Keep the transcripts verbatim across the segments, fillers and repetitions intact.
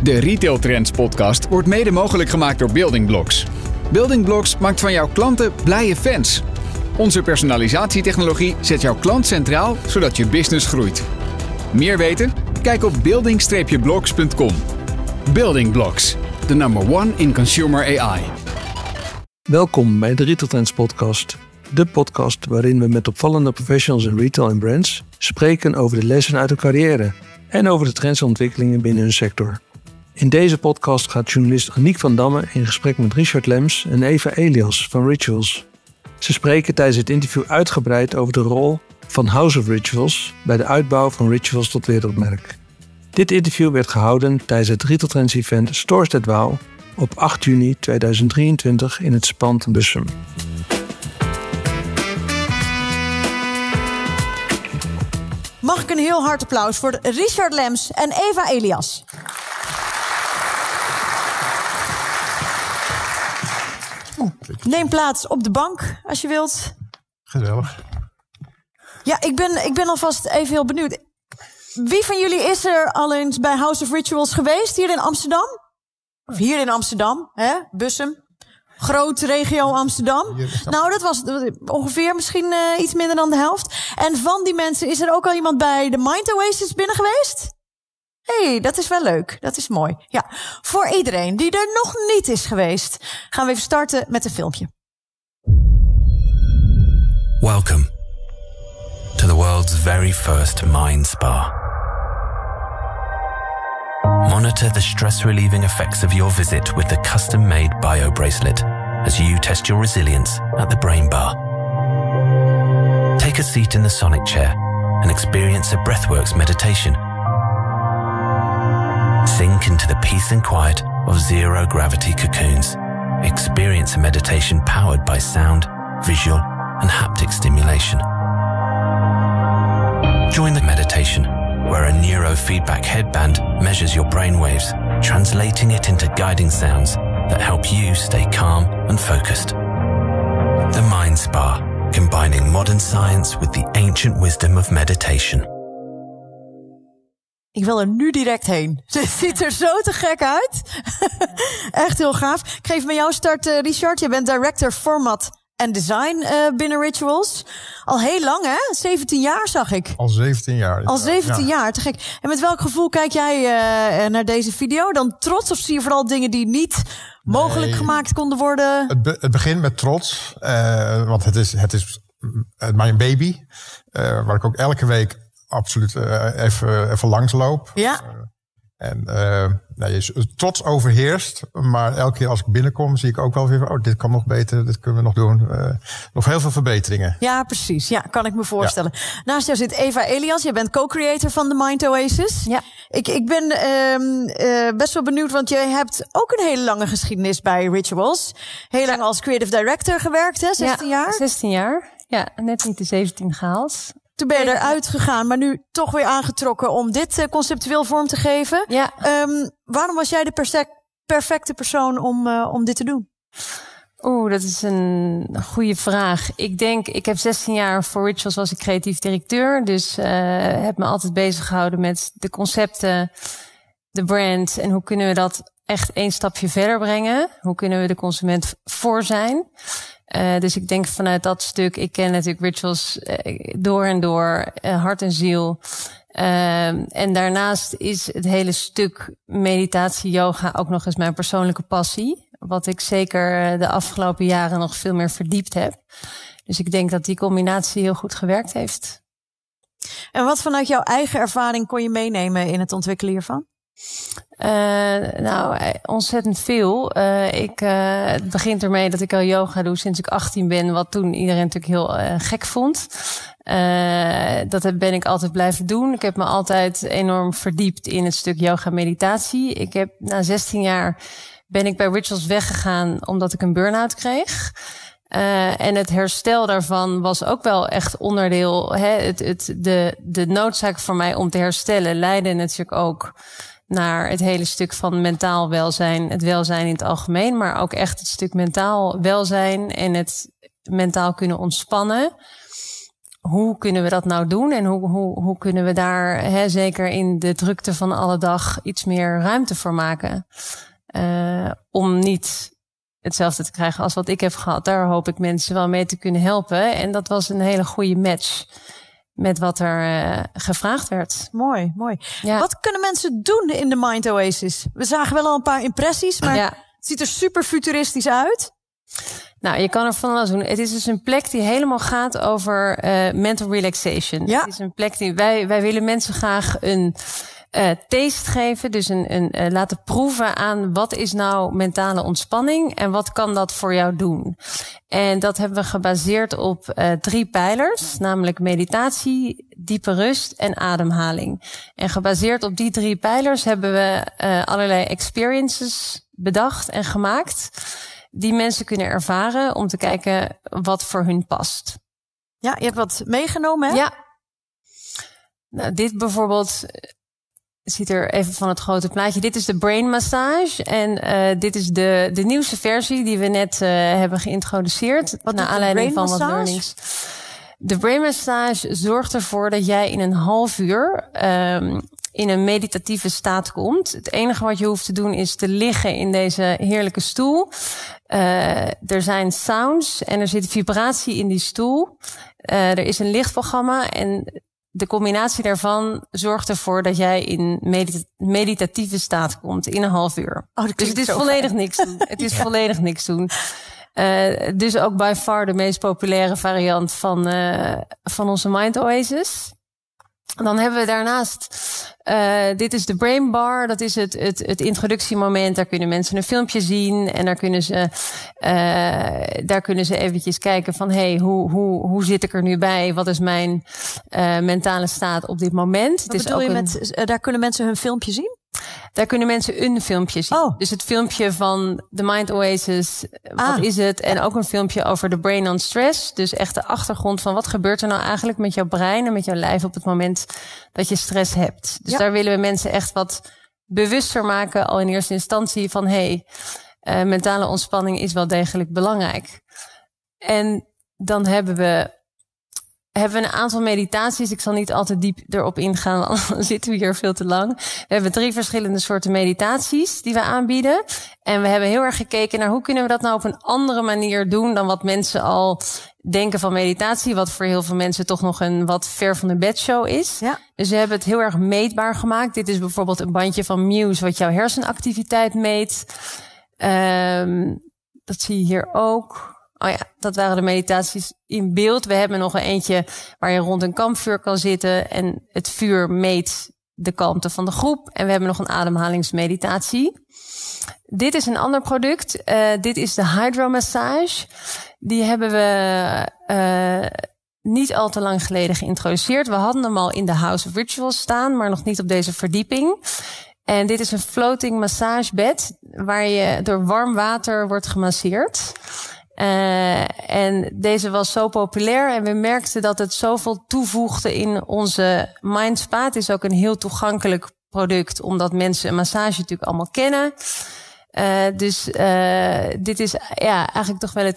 De Retail Trends podcast wordt mede mogelijk gemaakt door Building Blocks. Building Blocks maakt van jouw klanten blije fans. Onze personalisatietechnologie zet jouw klant centraal, zodat je business groeit. Meer weten? Kijk op building blocks punt com. Building Blocks, the number one in consumer A I. Welkom bij de Retail Trends podcast. De podcast waarin we met opvallende professionals in retail en brands spreken over de lessen uit hun carrière en over de trends en ontwikkelingen binnen hun sector. In deze podcast gaat journalist Aniek van Damme in gesprek met Richard Lems en Eva Elias van Rituals. Ze spreken tijdens het interview uitgebreid over de rol van House of Rituals bij de uitbouw van Rituals tot wereldmerk. Dit interview werd gehouden tijdens het Retail Trends event Stores That Wow op acht juni tweeduizend drieëntwintig in het Spand Bussum. Mag ik een heel hard applaus voor Richard Lems en Eva Elias. Neem plaats op de bank, als je wilt. Gezellig. Ja, ik ben, ik ben alvast even heel benieuwd. Wie van jullie is er al eens bij House of Rituals geweest, hier in Amsterdam? Of hier in Amsterdam, hè? Bussum. Grote regio Amsterdam. Nou, dat was ongeveer misschien uh, iets minder dan de helft. En van die mensen is er ook al iemand bij de Mind Oasis binnen geweest? Hé, hey, dat is wel leuk. Dat is mooi. Ja, voor iedereen die er nog niet is geweest, gaan we even starten met een filmpje. Welcome to the world's very first Mind Spa. Monitor the stress-relieving effects of your visit with the custom-made Bio Bracelet as you test your resilience at the Brain Bar. Take a seat in the Sonic Chair and experience a Breathworks meditation. Sink into the peace and quiet of zero-gravity cocoons. Experience a meditation powered by sound, visual, and haptic stimulation. Join the meditation, where a neurofeedback headband measures your brainwaves, translating it into guiding sounds that help you stay calm and focused. The Mind Spa, combining modern science with the ancient wisdom of meditation. Ik wil er nu direct heen. Het ziet er zo te gek uit. Echt heel gaaf. Ik geef met jou start, uh, Richard. Je bent director Format en Design uh, binnen Rituals. Al heel lang, hè? zeventien jaar zag ik. Al zeventien jaar. Al zeventien ja. jaar, te gek. En met welk gevoel kijk jij uh, naar deze video? Dan trots of zie je vooral dingen die niet mogelijk nee, gemaakt konden worden? Het, be- het begint met trots. Uh, want het is, het is mijn baby. Uh, waar ik ook elke week absoluut uh, even, even langs loop. Ja. Uh, en uh, nou, je trots overheerst. Maar elke keer als ik binnenkom zie ik ook wel weer, oh, dit kan nog beter, dit kunnen we nog doen. Uh, nog heel veel verbeteringen. Ja, precies. Ja, kan ik me voorstellen. Ja. Naast jou zit Eva Elias. Je bent co-creator van de Mind Oasis. Ja. Ik, ik ben uh, uh, best wel benieuwd, want jij hebt ook een hele lange geschiedenis bij Rituals. Heel lang als creative director gewerkt, hè? zestien ja, jaar? zestien jaar. Ja, net niet de zeventien gehaald. Toen ben je eruit gegaan, maar nu toch weer aangetrokken om dit uh, conceptueel vorm te geven. Ja. Um, waarom was jij de perse- perfecte persoon om, uh, om dit te doen? Oeh, dat is een goede vraag. Ik denk, ik heb zestien jaar voor Rituals was ik creatief directeur. Dus uh, heb me altijd bezig gehouden met de concepten, de brand. En hoe kunnen we dat echt één stapje verder brengen? Hoe kunnen we de consument voor zijn? Uh, dus ik denk vanuit dat stuk, ik ken natuurlijk Rituals uh, door en door, uh, hart en ziel. Uh, en daarnaast is het hele stuk meditatie, yoga ook nog eens mijn persoonlijke passie. Wat ik zeker de afgelopen jaren nog veel meer verdiept heb. Dus ik denk dat die combinatie heel goed gewerkt heeft. En wat vanuit jouw eigen ervaring kon je meenemen in het ontwikkelen hiervan? Uh, nou, ontzettend veel. Uh, ik, uh, het begint ermee dat ik al yoga doe sinds ik achttien ben, wat toen iedereen natuurlijk heel uh, gek vond. Uh, dat ben ik altijd blijven doen. Ik heb me altijd enorm verdiept in het stuk yoga meditatie. Ik heb na zestien jaar ben ik bij Rituals weggegaan omdat ik een burn-out kreeg. Uh, en het herstel daarvan was ook wel echt onderdeel. Hè, het, het, de, de noodzaak voor mij om te herstellen leidde natuurlijk ook naar het hele stuk van mentaal welzijn, het welzijn in het algemeen, maar ook echt het stuk mentaal welzijn en het mentaal kunnen ontspannen. hoe kunnen we dat nou doen? En hoe, hoe, hoe kunnen we daar, hè, zeker in de drukte van alle dag, iets meer ruimte voor maken? Uh, om niet hetzelfde te krijgen als wat ik heb gehad. Daar hoop ik mensen wel mee te kunnen helpen. En dat was een hele goede match met wat er uh, gevraagd werd. Mooi, mooi. Ja. Wat kunnen mensen doen in de Mind Oasis? We zagen wel al een paar impressies, maar ja. het ziet er super futuristisch uit. Nou, je kan er van alles doen. Het is dus een plek die helemaal gaat over uh, mental relaxation. Ja. Het is een plek die wij, wij willen mensen graag een uh, taste geven. Dus een, een uh, laten proeven aan wat is nou mentale ontspanning en wat kan dat voor jou doen. En dat hebben we gebaseerd op uh, drie pijlers, namelijk meditatie, diepe rust en ademhaling. En gebaseerd op die drie pijlers hebben we uh, allerlei experiences bedacht en gemaakt die mensen kunnen ervaren om te kijken wat voor hun past. Ja, je hebt wat meegenomen, hè? Ja. Nou, dit bijvoorbeeld ziet er even van het grote plaatje. Dit is de brain massage. En uh, dit is de, de nieuwste versie die we net uh, hebben geïntroduceerd. Wat naar doet de aanleiding brain van wat massage? learnings. De brain massage zorgt ervoor dat jij in een half uur um, in een meditatieve staat komt. Het enige wat je hoeft te doen is te liggen in deze heerlijke stoel. Uh, er zijn sounds en er zit vibratie in die stoel. Uh, er is een lichtprogramma en de combinatie daarvan zorgt ervoor dat jij in medita- meditatieve staat komt in een half uur. Oh, dat dus het is zo volledig fijn. niks doen. Het is ja. volledig niks doen. Uh, dus ook by far de meest populaire variant van, uh, van onze Mind Oasis. Dan hebben we daarnaast, uh, dit is de Brain Bar. Dat is het, het, het introductiemoment. Daar kunnen mensen een filmpje zien. En daar kunnen ze, uh, daar kunnen ze eventjes kijken van, hey, hoe, hoe, hoe zit ik er nu bij? Wat is mijn uh, mentale staat op dit moment? Wat het is bedoel ook je een, met, uh, daar kunnen mensen hun filmpje zien? Daar kunnen mensen een filmpje zien. Oh. Dus het filmpje van de Mind Oasis, wat Ah. is het? En ook een filmpje over de brain on stress. Dus echt de achtergrond van wat gebeurt er nou eigenlijk met jouw brein en met jouw lijf op het moment dat je stress hebt. Dus Ja. daar willen we mensen echt wat bewuster maken al in eerste instantie van hey, uh, mentale ontspanning is wel degelijk belangrijk. En dan hebben we hebben we een aantal meditaties. Ik zal niet al te diep erop ingaan, want dan zitten we hier veel te lang. We hebben drie verschillende soorten meditaties die we aanbieden. En we hebben heel erg gekeken naar hoe kunnen we dat nou op een andere manier doen dan wat mensen al denken van meditatie. Wat voor heel veel mensen toch nog een wat ver van de bedshow is. Ja. Dus we hebben het heel erg meetbaar gemaakt. Dit is bijvoorbeeld een bandje van Muse wat jouw hersenactiviteit meet. Um, dat zie je hier ook. Oh ja, dat waren de meditaties in beeld. We hebben nog een eentje waar je rond een kampvuur kan zitten en het vuur meet de kalmte van de groep. En we hebben nog een ademhalingsmeditatie. Dit is een ander product. Uh, dit is de hydromassage. Die hebben we uh, niet al te lang geleden geïntroduceerd. We hadden hem al in de House of Rituals staan, maar nog niet op deze verdieping. En dit is een floating massagebed waar je door warm water wordt gemasseerd. Uh, en deze was zo populair en we merkten dat het zoveel toevoegde in onze Mind Spa. Het is ook een heel toegankelijk product, omdat mensen een massage natuurlijk allemaal kennen. Uh, dus uh, dit is ja eigenlijk toch wel het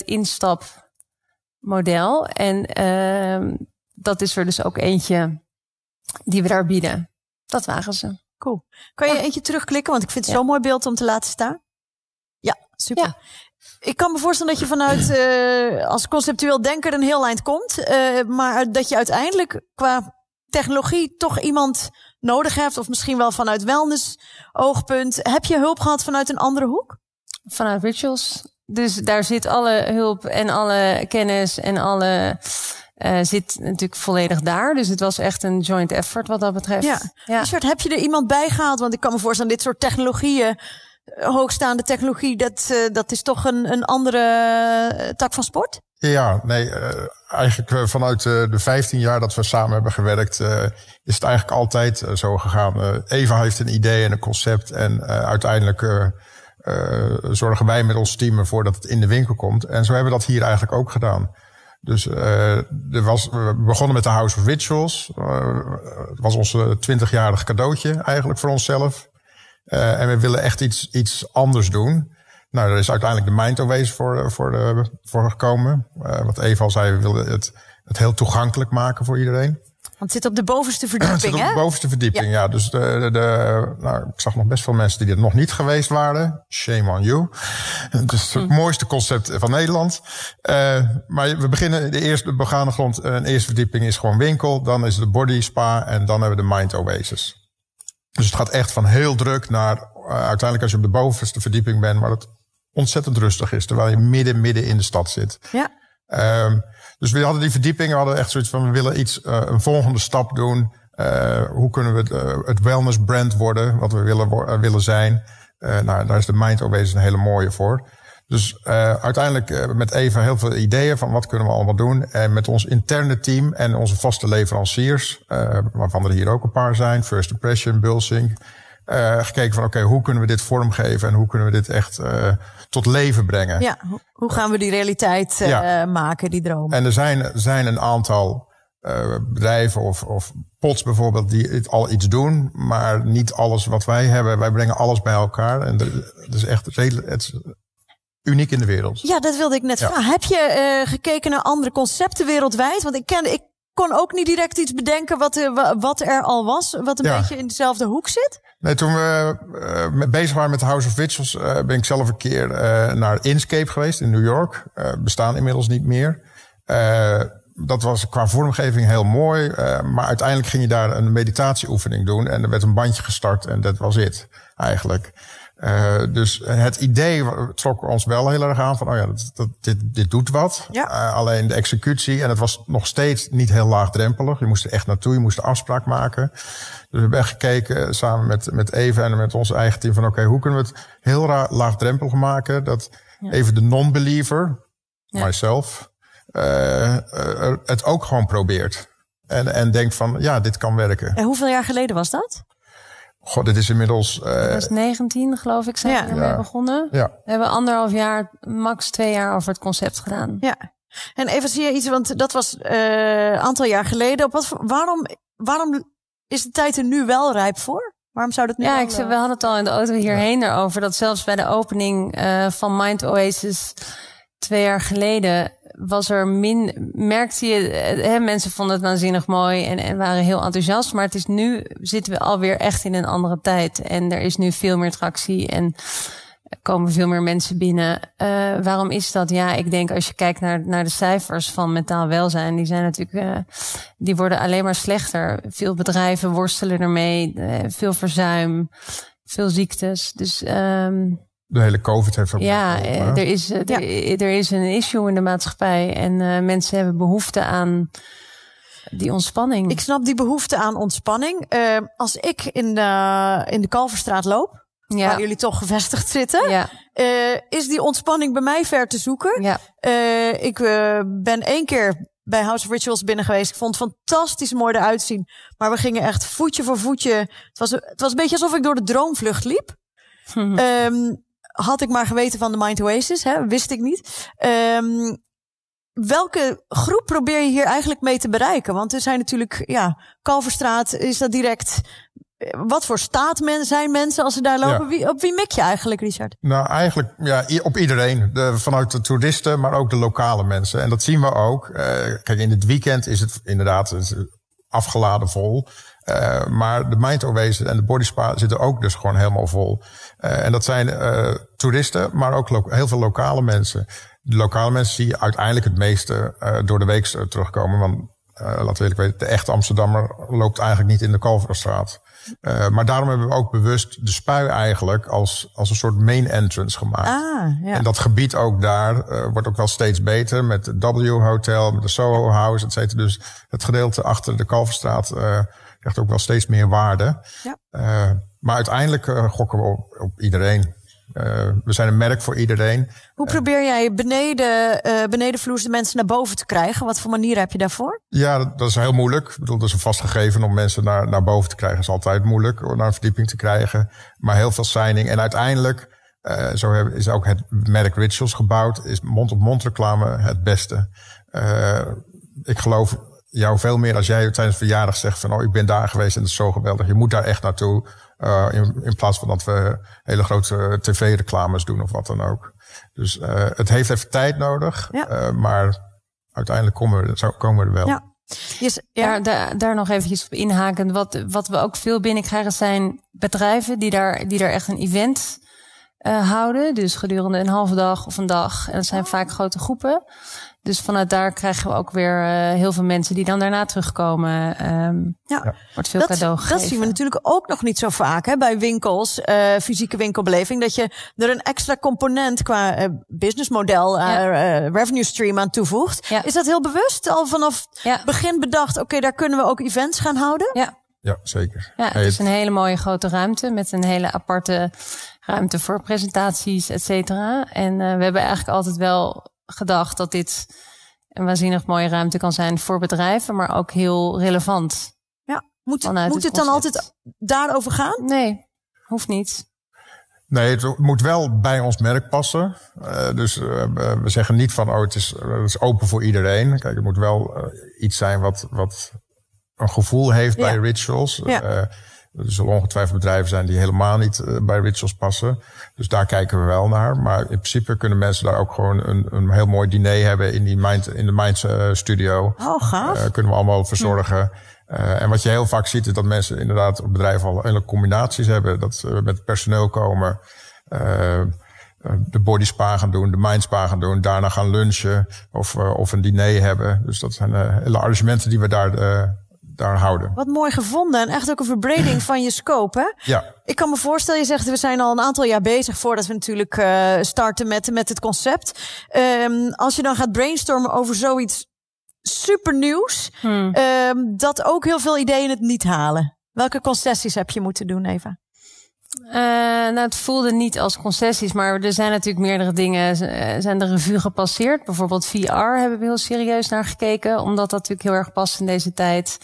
instapmodel. En uh, dat is er dus ook eentje die we daar bieden. Dat waren ze. Cool. Kan je Ja. eentje terugklikken? Want ik vind het Ja. zo'n mooi beeld om te laten staan. Ja, super. Ja. Ik kan me voorstellen dat je vanuit uh, als conceptueel denker een heel eind komt. Uh, maar dat je uiteindelijk qua technologie toch iemand nodig hebt. Of misschien wel vanuit wellness oogpunt. Heb je hulp gehad vanuit een andere hoek? Vanuit Rituals. Dus daar zit alle hulp en alle kennis en alle uh, zit natuurlijk volledig daar. Dus het was echt een joint effort wat dat betreft. Ja. Ja. Richard, heb je er iemand bij gehaald? Want ik kan me voorstellen dit soort technologieën, hoogstaande technologie, dat, uh, dat is toch een, een andere uh, tak van sport? Ja, nee, uh, eigenlijk uh, vanuit uh, de vijftien jaar dat we samen hebben gewerkt, uh, is het eigenlijk altijd uh, zo gegaan. Uh, Eva heeft een idee en een concept en uh, uiteindelijk uh, uh, zorgen wij met ons team ervoor dat het in de winkel komt. En zo hebben we dat hier eigenlijk ook gedaan. Dus uh, er was, we begonnen met de House of Rituals. Uh, het was ons twintigjarig cadeautje eigenlijk voor onszelf. Uh, en we willen echt iets, iets anders doen. Nou, er is uiteindelijk de Mind Oasis voor, voor, de, voor gekomen. Uh, wat Eva al zei, we wilden het het heel toegankelijk maken voor iedereen. Want het zit op de bovenste verdieping, hè? Het zit op de bovenste verdieping, ja. ja. Dus de, de, de, nou, ik zag nog best veel mensen die er nog niet geweest waren. Shame on you. Het is het hm. mooiste concept van Nederland. Uh, maar we beginnen de eerste de begane grond. Een eerste verdieping is gewoon winkel. Dan is de body spa en dan hebben we de Mind Oasis. Dus het gaat echt van heel druk naar uh, uiteindelijk als je op de bovenste verdieping bent, maar het ontzettend rustig is, terwijl je midden, midden in de stad zit. Ja. Um, dus we hadden die verdieping, we hadden echt zoiets van, we willen iets, uh, een volgende stap doen. Uh, hoe kunnen we het, uh, het wellness brand worden, wat we willen, uh, willen zijn. Uh, nou, daar is de Mind Oasis een hele mooie voor. Dus uh, uiteindelijk uh, met Eva heel veel ideeën van wat kunnen we allemaal doen. En met ons interne team en onze vaste leveranciers, uh, waarvan er hier ook een paar zijn, First Impression, Bulsing. Uh, gekeken van oké, okay, hoe kunnen we dit vormgeven en hoe kunnen we dit echt uh, tot leven brengen. Ja, hoe gaan we die realiteit uh, ja. maken, die droom? En er zijn, zijn een aantal uh, bedrijven of, of pots bijvoorbeeld die het al iets doen, maar niet alles wat wij hebben. Wij brengen alles bij elkaar en het is echt redelijk, het is uniek in de wereld. Ja, dat wilde ik net ja. vragen. Heb je uh, gekeken naar andere concepten wereldwijd? Want ik ken, ik kon ook niet direct iets bedenken wat, uh, wat er al was, wat een ja. beetje in dezelfde hoek zit. Nee, toen we uh, bezig waren met de House of Rituals, uh, ben ik zelf een keer uh, naar Inscape geweest in New York. Uh, bestaan inmiddels niet meer. Uh, dat was qua vormgeving heel mooi. Uh, maar uiteindelijk ging je daar een meditatieoefening doen. En er werd een bandje gestart en dat was het eigenlijk. Uh, dus het idee trok ons wel heel erg aan van, oh ja, dat, dat, dit, dit doet wat. Ja. Uh, alleen de executie, en het was nog steeds niet heel laagdrempelig. Je moest er echt naartoe, je moest de afspraak maken. Dus we hebben echt gekeken samen met, met Eva en met ons eigen team van, oké, okay, hoe kunnen we het heel ra- laagdrempelig maken? Dat ja. even de non-believer, ja. myself, uh, uh, het ook gewoon probeert. En, en denkt van, ja, dit kan werken. En hoeveel jaar geleden was dat? God, dit is inmiddels... Uh, twintig negentien, geloof ik, zijn we ja. ermee ja. begonnen. Ja. We hebben anderhalf jaar, max twee jaar over het concept gedaan. Ja. En even zie je iets, want dat was een uh, aantal jaar geleden. Op wat voor, waarom, waarom is de tijd er nu wel rijp voor? Waarom zou dat nu Ja, al, ik zei, we hadden het al in de auto hierheen ja. erover. Dat zelfs bij de opening uh, van Mind Oasis twee jaar geleden was er min, merkte je, hè, mensen vonden het waanzinnig mooi en, en waren heel enthousiast. Maar het is nu, zitten we alweer echt in een andere tijd. En er is nu veel meer tractie en er komen veel meer mensen binnen. Uh, waarom is dat? Ja, ik denk als je kijkt naar, naar de cijfers van mentaal welzijn, die zijn natuurlijk, uh, die worden alleen maar slechter. Veel bedrijven worstelen ermee, uh, veel verzuim, veel ziektes. Dus, um, de hele COVID heeft ook... Ja, uh, er, is, uh, ja. Er, er is een issue in de maatschappij en uh, mensen hebben behoefte aan die ontspanning. Ik snap die behoefte aan ontspanning. Uh, als ik in de, in de Kalverstraat loop, ja. waar jullie toch gevestigd zitten, ja. uh, is die ontspanning bij mij ver te zoeken. Ja. Uh, ik uh, ben één keer bij House of Rituals binnen geweest. Ik vond het fantastisch mooi eruit zien. Maar we gingen echt voetje voor voetje. Het was, het was een beetje alsof ik door de droomvlucht liep. Hm. Um, had ik maar geweten van de Mind Oasis, hè, wist ik niet. Um, welke groep probeer je hier eigenlijk mee te bereiken? Want er zijn natuurlijk, ja, Kalverstraat, is dat direct... Wat voor staat men, zijn mensen als ze daar lopen? Ja. Wie, op wie mik je eigenlijk, Richard? Nou, eigenlijk ja, op iedereen. De, vanuit de toeristen, maar ook de lokale mensen. En dat zien we ook. Uh, kijk, in het weekend is het inderdaad het afgeladen vol. Uh, maar de Mind Oasis en de Body Spa zitten ook dus gewoon helemaal vol. Uh, en dat zijn uh, toeristen, maar ook lo- heel veel lokale mensen. De lokale mensen zie je uiteindelijk het meeste uh, door de week terugkomen. Want uh, laten we eerlijk weten, de echte Amsterdammer loopt eigenlijk niet in de Kalverstraat. Uh, maar daarom hebben we ook bewust de Spui eigenlijk als, als een soort main entrance gemaakt. Ah, ja. En dat gebied ook daar uh, wordt ook wel steeds beter met het W Hotel, met de Soho House, et cetera. Dus het gedeelte achter de Kalverstraat uh, krijgt ook wel steeds meer waarde. Ja. Uh, maar uiteindelijk uh, gokken we op, op iedereen. Uh, we zijn een merk voor iedereen. Hoe probeer jij beneden, uh, benedenvloers de mensen naar boven te krijgen? Wat voor manier heb je daarvoor? Ja, dat, dat is heel moeilijk. Ik bedoel, dat is een vast gegeven om mensen naar, naar boven te krijgen. Is altijd moeilijk om naar een verdieping te krijgen. Maar heel veel signing. En uiteindelijk, uh, zo is ook het merk Rituals gebouwd. Is mond-op-mond reclame het beste. Uh, ik geloof jou veel meer als jij tijdens verjaardag zegt van, oh, ik ben daar geweest en dat is zo geweldig. Je moet daar echt naartoe. Uh, in, in plaats van dat we hele grote tv-reclames doen of wat dan ook. Dus uh, het heeft even tijd nodig. Ja. Uh, maar uiteindelijk komen we, komen we er wel. Ja. Yes, ja. Daar, daar, daar nog eventjes op inhaken. Wat, wat we ook veel binnenkrijgen zijn bedrijven die daar, die daar echt een event uh, houden. Dus gedurende een halve dag of een dag. En dat zijn vaak grote groepen. Dus vanuit daar krijgen we ook weer uh, heel veel mensen die dan daarna terugkomen. Um, ja. Wordt veel dat, cadeau gegeven. Dat zien we natuurlijk ook nog niet zo vaak hè, bij winkels, uh, fysieke winkelbeleving. Dat je er een extra component qua uh, businessmodel, uh, ja. uh, revenue stream aan toevoegt. Ja. Is dat heel bewust al vanaf ja. begin bedacht? Oké, okay, daar kunnen we ook events gaan houden? Ja. Ja, zeker. Ja, het is een hele mooie grote ruimte met een hele aparte ruimte voor presentaties, et cetera. En uh, we hebben eigenlijk altijd wel gedacht dat dit een waanzinnig mooie ruimte kan zijn voor bedrijven, maar ook heel relevant. Ja, moet, moet het, het dan altijd daarover gaan? Nee, hoeft niet. Nee, het moet wel bij ons merk passen. Uh, dus uh, we zeggen niet van, oh, het is, uh, het is open voor iedereen. Kijk, het moet wel uh, iets zijn wat, wat een gevoel heeft ja. bij Rituals. Ja. Uh, er zullen ongetwijfeld bedrijven zijn die helemaal niet uh, bij Rituals passen. Dus daar kijken we wel naar. Maar in principe kunnen mensen daar ook gewoon een, een heel mooi diner hebben in, die Mind, in de Mind uh, studio. Oh, gaaf. Uh, kunnen we allemaal verzorgen. Uh, en wat je heel vaak ziet is dat mensen inderdaad op bedrijven al hele combinaties hebben. Dat ze met personeel komen, uh, de body spa gaan doen, de mind spa gaan doen, daarna gaan lunchen of, uh, of een diner hebben. Dus dat zijn uh, hele arrangementen die we daar... Uh, daar houden. Wat mooi gevonden en echt ook een verbreding van je scope, hè? Ja. Ik kan me voorstellen, je zegt we zijn al een aantal jaar bezig voordat we natuurlijk uh, starten met, met het concept. Um, als je dan gaat brainstormen over zoiets supernieuws, hmm. um, dat ook heel veel ideeën het niet halen. Welke concessies heb je moeten doen, Eva? Uh, nou, het voelde niet als concessies, maar er zijn natuurlijk meerdere dingen uh, zijn de revue gepasseerd. Bijvoorbeeld V R hebben we heel serieus naar gekeken, omdat dat natuurlijk heel erg past in deze tijd.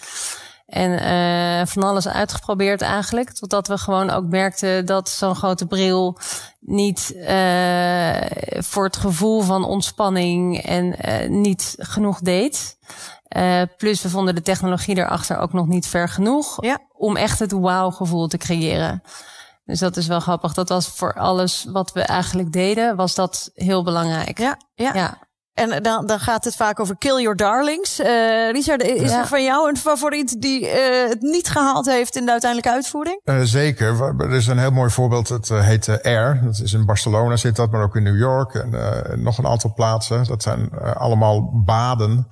En uh, van alles uitgeprobeerd eigenlijk, totdat we gewoon ook merkten dat zo'n grote bril niet uh, voor het gevoel van ontspanning en uh, niet genoeg deed. Uh, plus we vonden de technologie erachter ook nog niet ver genoeg ja. om echt het wauw-gevoel te creëren. Dus dat is wel grappig. Dat was voor alles wat we eigenlijk deden, was dat heel belangrijk. Ja, ja. ja. En dan, dan gaat het vaak over kill your darlings. Uh, Richard, is ja. er van jou een favoriet die uh, het niet gehaald heeft in de uiteindelijke uitvoering? Uh, zeker. Er is een heel mooi voorbeeld. Het uh, heet uh, Air. Dat is in Barcelona zit dat, maar ook in New York en uh, nog een aantal plaatsen. Dat zijn uh, allemaal baden.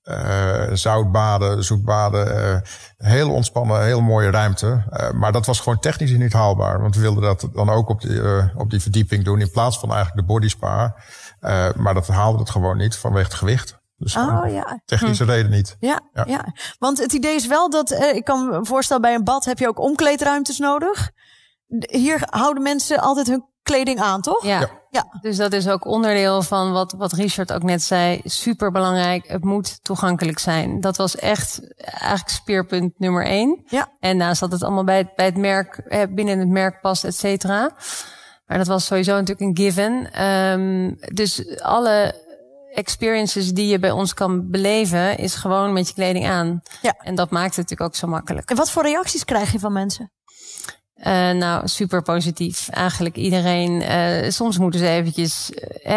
Uh, zoutbaden, zoetbaden. Uh, heel ontspannen, heel mooie ruimte. Uh, maar dat was gewoon technisch niet haalbaar. Want we wilden dat dan ook op die, uh, op die verdieping doen in plaats van eigenlijk de body spa. Uh, maar dat haalde het gewoon niet vanwege het gewicht. Dus oh, ja. technische hm. reden niet. Ja, ja. ja, want het idee is wel dat, uh, ik kan me voorstellen bij een bad heb je ook omkleedruimtes nodig. Hier houden mensen altijd hun kleding aan, toch? Ja. ja. ja. Dus dat is ook onderdeel van wat, wat Richard ook net zei. Super belangrijk. Het moet toegankelijk zijn. Dat was echt eigenlijk speerpunt nummer één. Ja. En naast dat het allemaal bij het, bij het merk, binnen het merk past, et cetera. Maar dat was sowieso natuurlijk een given. Um, dus alle experiences die je bij ons kan beleven, is gewoon met je kleding aan. Ja. En dat maakt het natuurlijk ook zo makkelijk. En wat voor reacties krijg je van mensen? Uh, nou, super positief. Eigenlijk iedereen, uh, soms moeten ze eventjes,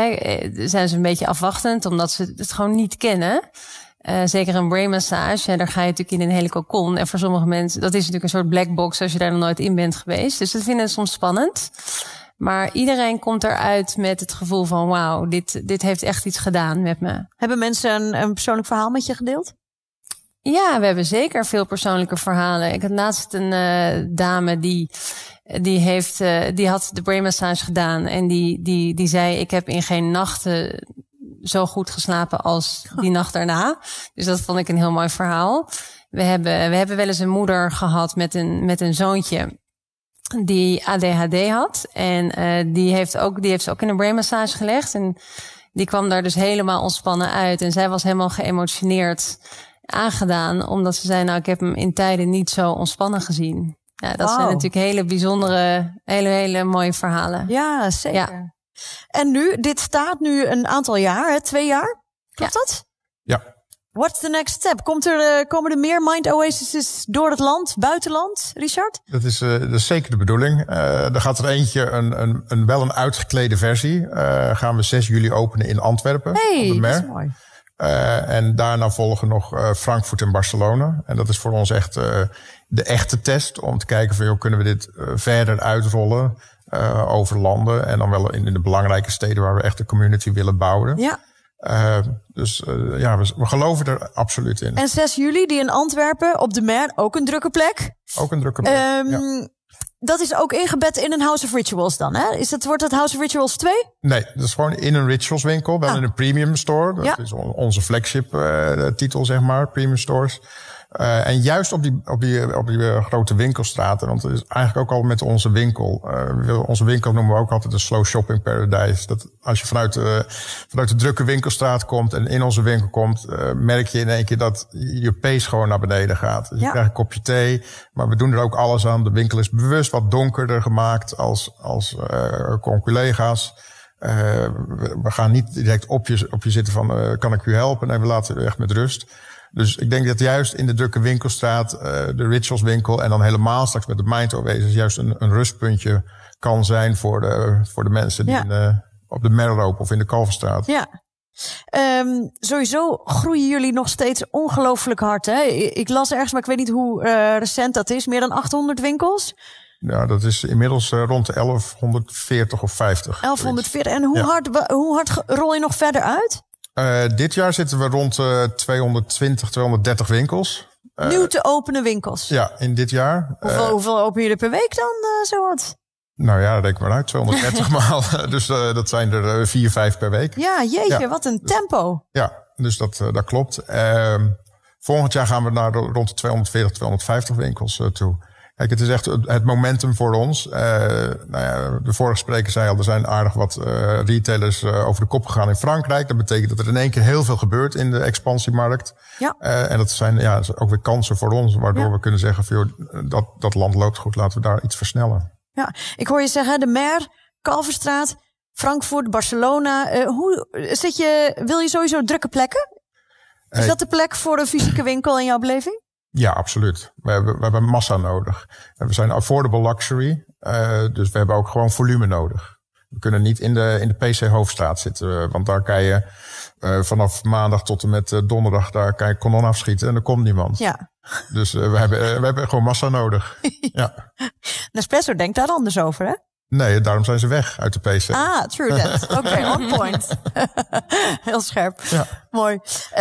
uh, zijn ze een beetje afwachtend, omdat ze het gewoon niet kennen. Uh, zeker een brain massage, daar ga je natuurlijk in een hele cocon. En voor sommige mensen, dat is natuurlijk een soort black box als je daar nog nooit in bent geweest. Dus dat vinden ze soms spannend. Maar iedereen komt eruit met het gevoel van wauw, dit, dit heeft echt iets gedaan met me. Hebben mensen een, een persoonlijk verhaal met je gedeeld? Ja, we hebben zeker veel persoonlijke verhalen. Ik had laatst een uh, dame die, die heeft, uh, die had de brain massage gedaan. En die, die, die zei, ik heb in geen nachten zo goed geslapen als die nacht daarna. Dus dat vond ik een heel mooi verhaal. We hebben, we hebben wel eens een moeder gehad met een, met een zoontje die A D H D had. En uh, die heeft ook, die heeft ze ook in een brain massage gelegd. En die kwam daar dus helemaal ontspannen uit. En zij was helemaal geëmotioneerd aangedaan, omdat ze zei, nou, ik heb hem in tijden niet zo ontspannen gezien. Ja, dat wow. zijn natuurlijk hele bijzondere, hele, hele mooie verhalen. Ja, zeker. Ja. En nu, dit staat nu een aantal jaar, hè? Twee jaar? Klopt ja. dat? Ja. What's the next step? Komt er, uh, komen er meer Mind Oases door het land, buitenland, Richard? Dat is, uh, dat is zeker de bedoeling. Uh, er gaat er eentje, een, een, een wel een uitgeklede versie. Uh, gaan we zes juli openen in Antwerpen. Hey, dat is mooi. Uh, en daarna volgen nog uh, Frankfurt en Barcelona. En dat is voor ons echt uh, de echte test om te kijken van, joh, kunnen we dit uh, verder uitrollen uh, over landen. En dan wel in, in de belangrijke steden waar we echt de community willen bouwen. Ja. Uh, dus uh, ja, we, we geloven er absoluut in. En zes juli, die in Antwerpen op de Mer, ook een drukke plek. Ook een drukke plek, um, ja. Dat is ook ingebed in een House of Rituals dan, hè? Is het, wordt het House of Rituals twee? Nee, dat is gewoon in een Rituals winkel. Wel ah. in een premium store. Dat ja. is onze flagship uh, titel, zeg maar. Premium stores. Uh, en juist op die, op die, op die uh, grote winkelstraten. Want het is eigenlijk ook al met onze winkel. Uh, onze winkel noemen we ook altijd de slow shopping paradise. Dat als je vanuit, uh, vanuit de drukke winkelstraat komt en in onze winkel komt, uh, merk je in één keer dat je pace gewoon naar beneden gaat. Dus ja. je krijgt een kopje thee. Maar we doen er ook alles aan. De winkel is bewust wat donkerder gemaakt als, als uh, conculega's. Uh, we, we gaan niet direct op je, op je zitten van, uh, kan ik u helpen? Nee, we laten u echt met rust. Dus ik denk dat juist in de drukke winkelstraat, uh, de Rituals winkel en dan helemaal straks met de Mind Oasis juist een, een rustpuntje kan zijn voor de, voor de mensen die ja. in, uh, op de Mer lopen of in de Kalverstraat. Ja. Um, sowieso groeien jullie nog steeds ongelooflijk hard, hè? Ik las ergens, maar ik weet niet hoe uh, recent dat is, meer dan achthonderd winkels. Ja, dat is inmiddels uh, rond de elfhonderdveertig of vijftig. elfhonderdveertig. En hoe, ja. hard, hoe hard rol je nog verder uit? Uh, dit jaar zitten we rond uh, tweehonderdtwintig, tweehonderddertig winkels. Uh, Nieuw te openen winkels? Ja, in dit jaar. Hoeveel, uh, hoeveel open jullie per week dan, uh, zowat? Nou ja, reken maar uit, tweehonderddertig maal. Dus uh, dat zijn er uh, vier, vijf per week. Ja, jeetje, ja. Wat een tempo. Ja, dus dat, uh, dat klopt. Uh, volgend jaar gaan we naar de, rond de tweehonderdveertig, tweehonderdvijftig winkels uh, toe. Kijk, het is echt het momentum voor ons. Uh, nou ja, de vorige spreker zei al, er zijn aardig wat uh, retailers uh, over de kop gegaan in Frankrijk. Dat betekent dat er in één keer heel veel gebeurt in de expansiemarkt. Ja. Uh, en dat zijn ja, ook weer kansen voor ons, waardoor ja. we kunnen zeggen van, joh, dat, dat land loopt goed, laten we daar iets versnellen. Ja, ik hoor je zeggen, de Mer, Kalverstraat, Frankfurt, Barcelona. Uh, hoe zit je, wil je sowieso drukke plekken? Is hey. dat de plek voor een fysieke winkel in jouw beleving? Ja, absoluut. We hebben, we hebben massa nodig. We zijn affordable luxury, uh, dus we hebben ook gewoon volume nodig. We kunnen niet in de, in de P C Hoofdstraat zitten, want daar kan je uh, vanaf maandag tot en met uh, donderdag, daar kan je kanon afschieten en er komt niemand. Ja. Dus uh, we, hebben, uh, we hebben gewoon massa nodig. Ja. Nespresso denkt daar anders over, hè? Nee, daarom zijn ze weg uit de P C. Ah, true that. Oké, okay, on point. Heel scherp. Ja. Mooi.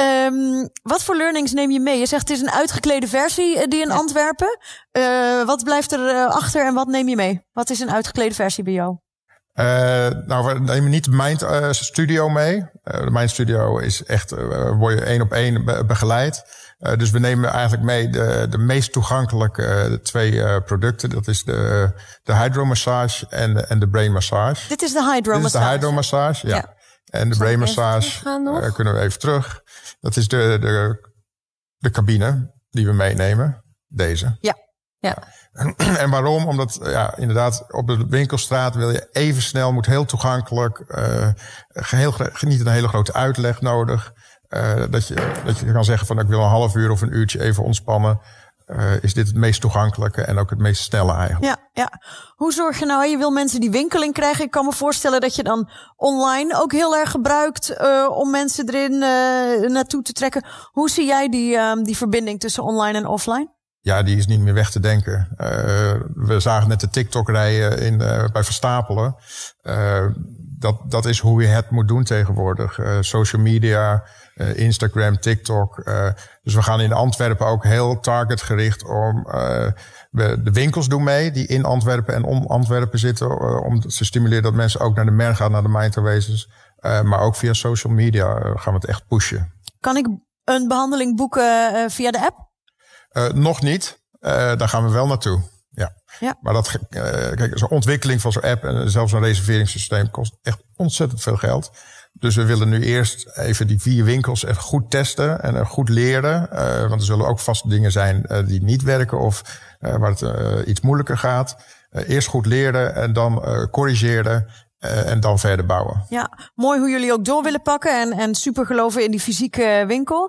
Um, wat voor learnings neem je mee? Je zegt het is een uitgeklede versie die in ja. Antwerpen. Uh, wat blijft er uh, achter en wat neem je mee? Wat is een uitgeklede versie bij jou? Uh, nou, we nemen niet de Mind uh, Studio mee. Uh, de Mind Studio is echt, uh, word je één op één be- begeleid. Uh, dus we nemen eigenlijk mee de, de meest toegankelijke uh, de twee uh, producten. Dat is de, de hydromassage en de, en de brain massage. Dit is de hydromassage. Dit is de hydromassage, ja. ja. En de Zal brain massage uh, kunnen we even terug. Dat is de, de, de cabine die we meenemen. Deze. Ja, ja. En waarom? Omdat, ja, inderdaad, op de winkelstraat wil je even snel, moet heel toegankelijk, uh, heel, niet een hele grote uitleg nodig. Uh, dat je, dat je kan zeggen van ik wil een half uur of een uurtje even ontspannen. Uh, is dit het meest toegankelijke en ook het meest snelle eigenlijk. Ja, ja. Hoe zorg je nou, je wil mensen die winkel in krijgen. Ik kan me voorstellen dat je dan online ook heel erg gebruikt uh, om mensen erin uh, naartoe te trekken. Hoe zie jij die, uh, die verbinding tussen online en offline? Ja, die is niet meer weg te denken. Uh, we zagen net de TikTok-rijen in, uh, bij Verstapelen. Uh, dat, dat is hoe je het moet doen tegenwoordig. Uh, social media, uh, Instagram, TikTok. Uh, dus we gaan in Antwerpen ook heel targetgericht om... Uh, we, de winkels doen mee die in Antwerpen en om Antwerpen zitten. Uh, om te stimuleren dat mensen ook naar de Mer gaan, naar de Mind Oasis. Uh, maar ook via social media uh, gaan we het echt pushen. Kan ik een behandeling boeken uh, via de app? Uh, nog niet. Uh, daar gaan we wel naartoe. Ja. ja. Maar dat, uh, kijk, zo'n ontwikkeling van zo'n app en zelfs een reserveringssysteem kost echt ontzettend veel geld. Dus we willen nu eerst even die vier winkels echt goed testen en uh, goed leren. Uh, want er zullen ook vast dingen zijn uh, die niet werken of uh, waar het uh, iets moeilijker gaat. Uh, eerst goed leren en dan uh, corrigeren. Uh, en dan verder bouwen. Ja, mooi hoe jullie ook door willen pakken en, en super geloven in die fysieke winkel.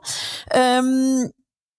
Um,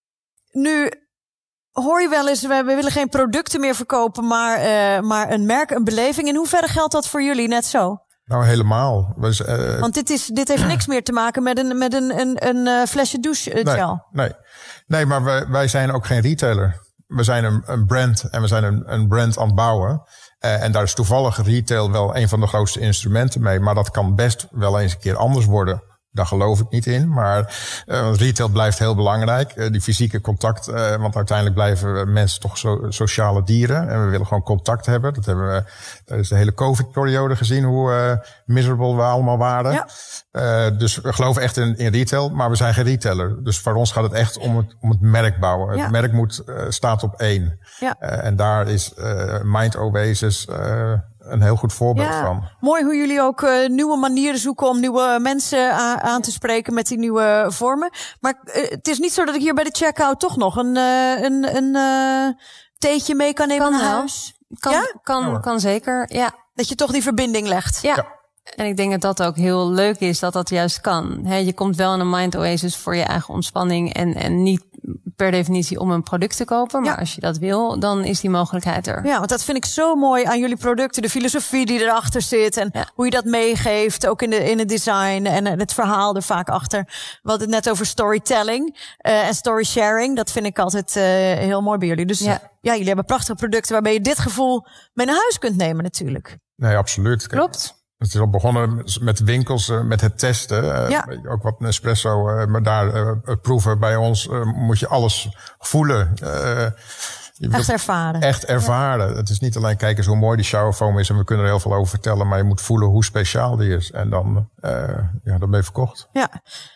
Nu hoor je wel eens, we willen geen producten meer verkopen, maar, uh, maar een merk, een beleving. In hoeverre geldt dat voor jullie net zo? Nou, helemaal. We, uh, Want dit, is, dit heeft niks meer te maken met een, met een, een, een uh, flesje douche uh, gel. Nee, nee. nee maar wij, wij zijn ook geen retailer. We zijn een, een brand en we zijn een, een brand aan het bouwen. Uh, en daar is toevallig retail wel een van de grootste instrumenten mee. Maar dat kan best wel eens een keer anders worden. Daar geloof ik niet in, maar uh, retail blijft heel belangrijk. Uh, die fysieke contact, uh, want uiteindelijk blijven mensen toch so- sociale dieren. En we willen gewoon contact hebben. Dat hebben we tijdens de hele COVID-periode gezien, hoe uh, miserable we allemaal waren. Ja. Uh, dus we geloven echt in, in retail, maar we zijn geen retailer. Dus voor ons gaat het echt om het, om het merk bouwen. Ja. Het merk moet, uh, staat op één. Ja. Uh, en daar is uh, Mind Oasis uh, een heel goed voorbeeld ja, van. Mooi hoe jullie ook uh, nieuwe manieren zoeken om nieuwe mensen a- aan te spreken met die nieuwe vormen. Maar uh, het is niet zo dat ik hier bij de checkout toch nog een, uh, een, een uh, theetje mee kan nemen kan naar wel. huis. Kan, ja? kan, ja. kan zeker, ja. Dat je toch die verbinding legt. Ja. ja. En ik denk dat dat ook heel leuk is, dat dat juist kan. He, je komt wel in een Mind Oasis voor je eigen ontspanning en, en niet per definitie om een product te kopen. Maar ja. als je dat wil, dan is die mogelijkheid er. Ja, want dat vind ik zo mooi aan jullie producten. De filosofie die erachter zit en ja. hoe je dat meegeeft. Ook in, de, in het design en het verhaal er vaak achter. We hadden het net over storytelling uh, en story sharing. Dat vind ik altijd uh, heel mooi bij jullie. Dus ja. ja, jullie hebben prachtige producten waarmee je dit gevoel mee naar huis kunt nemen natuurlijk. Nee, absoluut. Klopt. Het is al begonnen met winkels, met het testen. Ja. Ook wat Nespresso, maar daar uh, proeven bij ons uh, moet je alles voelen. Uh, je echt ervaren. Echt ervaren. Ja. Het is niet alleen kijken eens hoe mooi die showerfoam is en we kunnen er heel veel over vertellen, maar je moet voelen hoe speciaal die is. En dan, uh, ja, dan ben je verkocht. Ja.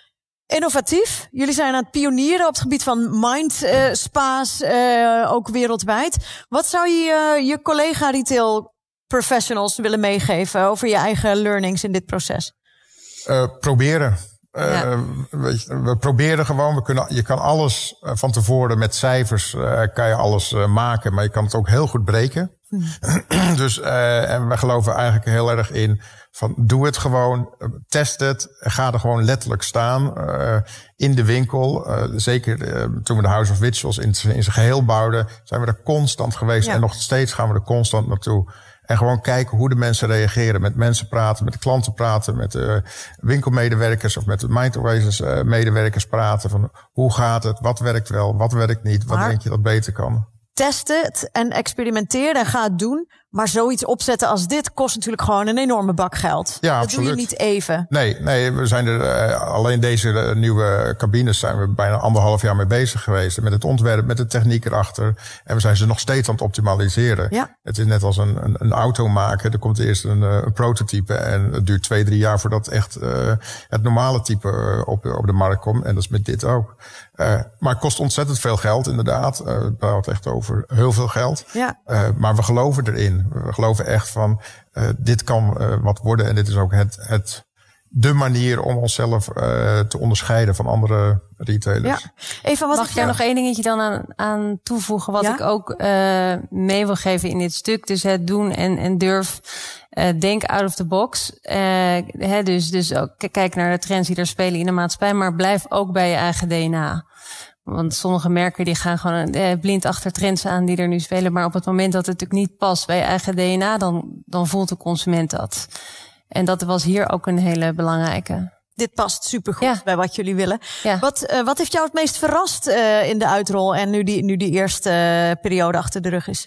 Innovatief. Jullie zijn aan het pionieren op het gebied van mind uh, spa's, uh, ook wereldwijd. Wat zou je uh, je collega retail professionals willen meegeven over je eigen learnings in dit proces? Uh, proberen. Uh, ja. weet je, we proberen gewoon. We kunnen, je kan alles uh, van tevoren met cijfers uh, kan je alles uh, maken, maar je kan het ook heel goed breken. Hmm. dus uh, en we geloven eigenlijk heel erg in van doe het gewoon, test het, ga er gewoon letterlijk staan uh, in de winkel. Uh, zeker uh, toen we de House of Rituals in, in zijn geheel bouwden, zijn we er constant geweest ja. en nog steeds gaan we er constant naartoe. En gewoon kijken hoe de mensen reageren. Met mensen praten, met de klanten praten, met de winkelmedewerkers of met de Mind Oasis uh, medewerkers praten. Van hoe gaat het, wat werkt wel, wat werkt niet, wat maar denk je dat beter kan. Test het en experimenteer en ga het doen. Maar zoiets opzetten als dit kost natuurlijk gewoon een enorme bak geld. Ja, dat absoluut. doe je niet even. Nee, nee, we zijn er uh, alleen deze uh, nieuwe cabines zijn we bijna anderhalf jaar mee bezig geweest. Met het ontwerp, met de techniek erachter. En we zijn ze nog steeds aan het optimaliseren. Ja. Het is net als een, een, een auto maken. Er komt eerst een, een prototype en het duurt twee, drie jaar voordat echt uh, het normale type uh, op, op de markt komt. En dat is met dit ook. Uh, maar het kost ontzettend veel geld, inderdaad. Uh, we praten echt over heel veel geld. Ja. Uh, maar we geloven erin. We geloven echt van, uh, dit kan uh, wat worden. En dit is ook het, het, de manier om onszelf uh, te onderscheiden van andere retailers. Ja. Eva, wat mag ik daar nog één dingetje dan aan, aan toevoegen? Wat ja? ik ook uh, mee wil geven in dit stuk. Dus het doen en, en durf. Uh, denk out of the box. Uh, hè, dus, dus ook kijk naar de trends die er spelen in de maatschappij. Maar blijf ook bij je eigen D N A. Want sommige merken die gaan gewoon eh, blind achter trends aan die er nu spelen. Maar op het moment dat het natuurlijk niet past bij je eigen D N A, dan, dan voelt de consument dat. En dat was hier ook een hele belangrijke. Dit past supergoed ja. bij wat jullie willen. Ja. Wat, uh, wat heeft jou het meest verrast uh, in de uitrol en nu die, nu die eerste uh, periode achter de rug is?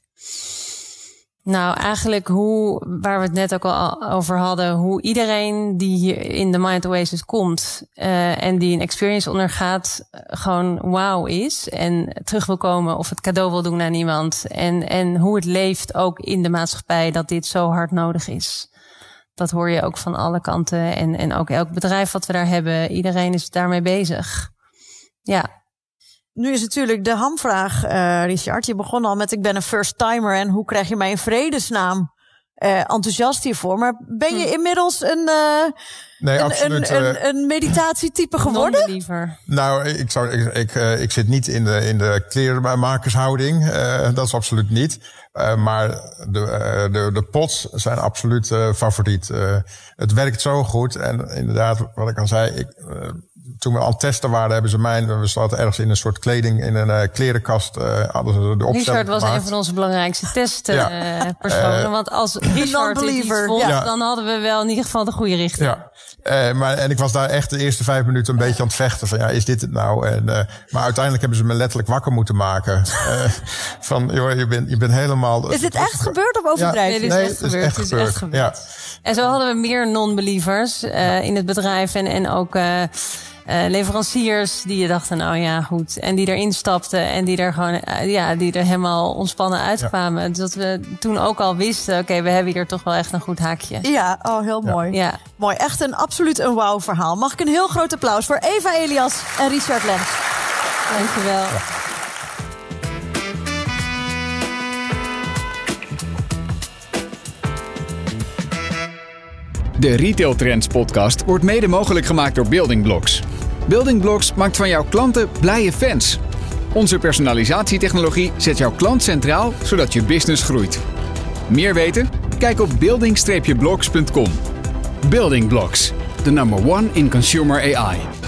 Nou, eigenlijk hoe, waar we het net ook al over hadden, hoe iedereen die hier in de Mind Oasis komt uh, en die een experience ondergaat, gewoon wauw is en terug wil komen of het cadeau wil doen aan iemand. En, en hoe het leeft ook in de maatschappij dat dit zo hard nodig is. Dat hoor je ook van alle kanten en, en ook elk bedrijf wat we daar hebben, iedereen is daarmee bezig. Ja. Nu is natuurlijk de hamvraag, uh, Richard. Je begon al met ik ben een first timer en hoe krijg je mij in vredesnaam uh, enthousiast hiervoor. Maar ben je inmiddels een, uh, nee, een, absoluut, een, een, een meditatietype geworden? Liever. Nou, ik, zou, ik, ik, uh, ik zit niet in de, in de klerenmakershouding. Uh, dat is absoluut niet. Uh, maar de, uh, de, de pots zijn absoluut uh, favoriet. Uh, het werkt zo goed. En inderdaad, wat ik al zei, ik, uh, toen we aan het testen waren, hebben ze mij... We zaten ergens in een soort kleding, in een uh, klerenkast. Uh, hadden ze de opstelling Richard was gemaakt. een van onze belangrijkste testpersonen. Uh, uh, want als Richard dit iets vond, ja. dan hadden we wel in ieder geval de goede richting. Ja. Uh, maar, en ik was daar echt de eerste vijf minuten een beetje aan het vechten. Van ja, is dit het nou? En, uh, maar uiteindelijk hebben ze me letterlijk wakker moeten maken. Uh, van, joh, je bent, je bent helemaal... Is dit echt gebeurd of overdrijven? Ja, nee, dit is echt gebeurd. Het is echt gebeurd. Ja. En zo hadden we meer non-believers uh, in het bedrijf. En, en ook uh, uh, leveranciers die je dachten, nou ja, goed. En die erin stapten en die er gewoon, uh, ja, die er helemaal ontspannen uitkwamen. Ja. Dus dat we toen ook al wisten, oké, okay, we hebben hier toch wel echt een goed haakje. Ja, oh, heel mooi. Ja. Mooi, echt een absoluut een wauw verhaal. Mag ik een heel groot applaus voor Eva Elias en Richard Lens. Dankjewel. Ja. De Retail Trends podcast wordt mede mogelijk gemaakt door Building Blocks. Building Blocks maakt van jouw klanten blije fans. Onze personalisatietechnologie zet jouw klant centraal, zodat je business groeit. Meer weten? Kijk op building blocks punt com. Building Blocks, the number one in consumer A I.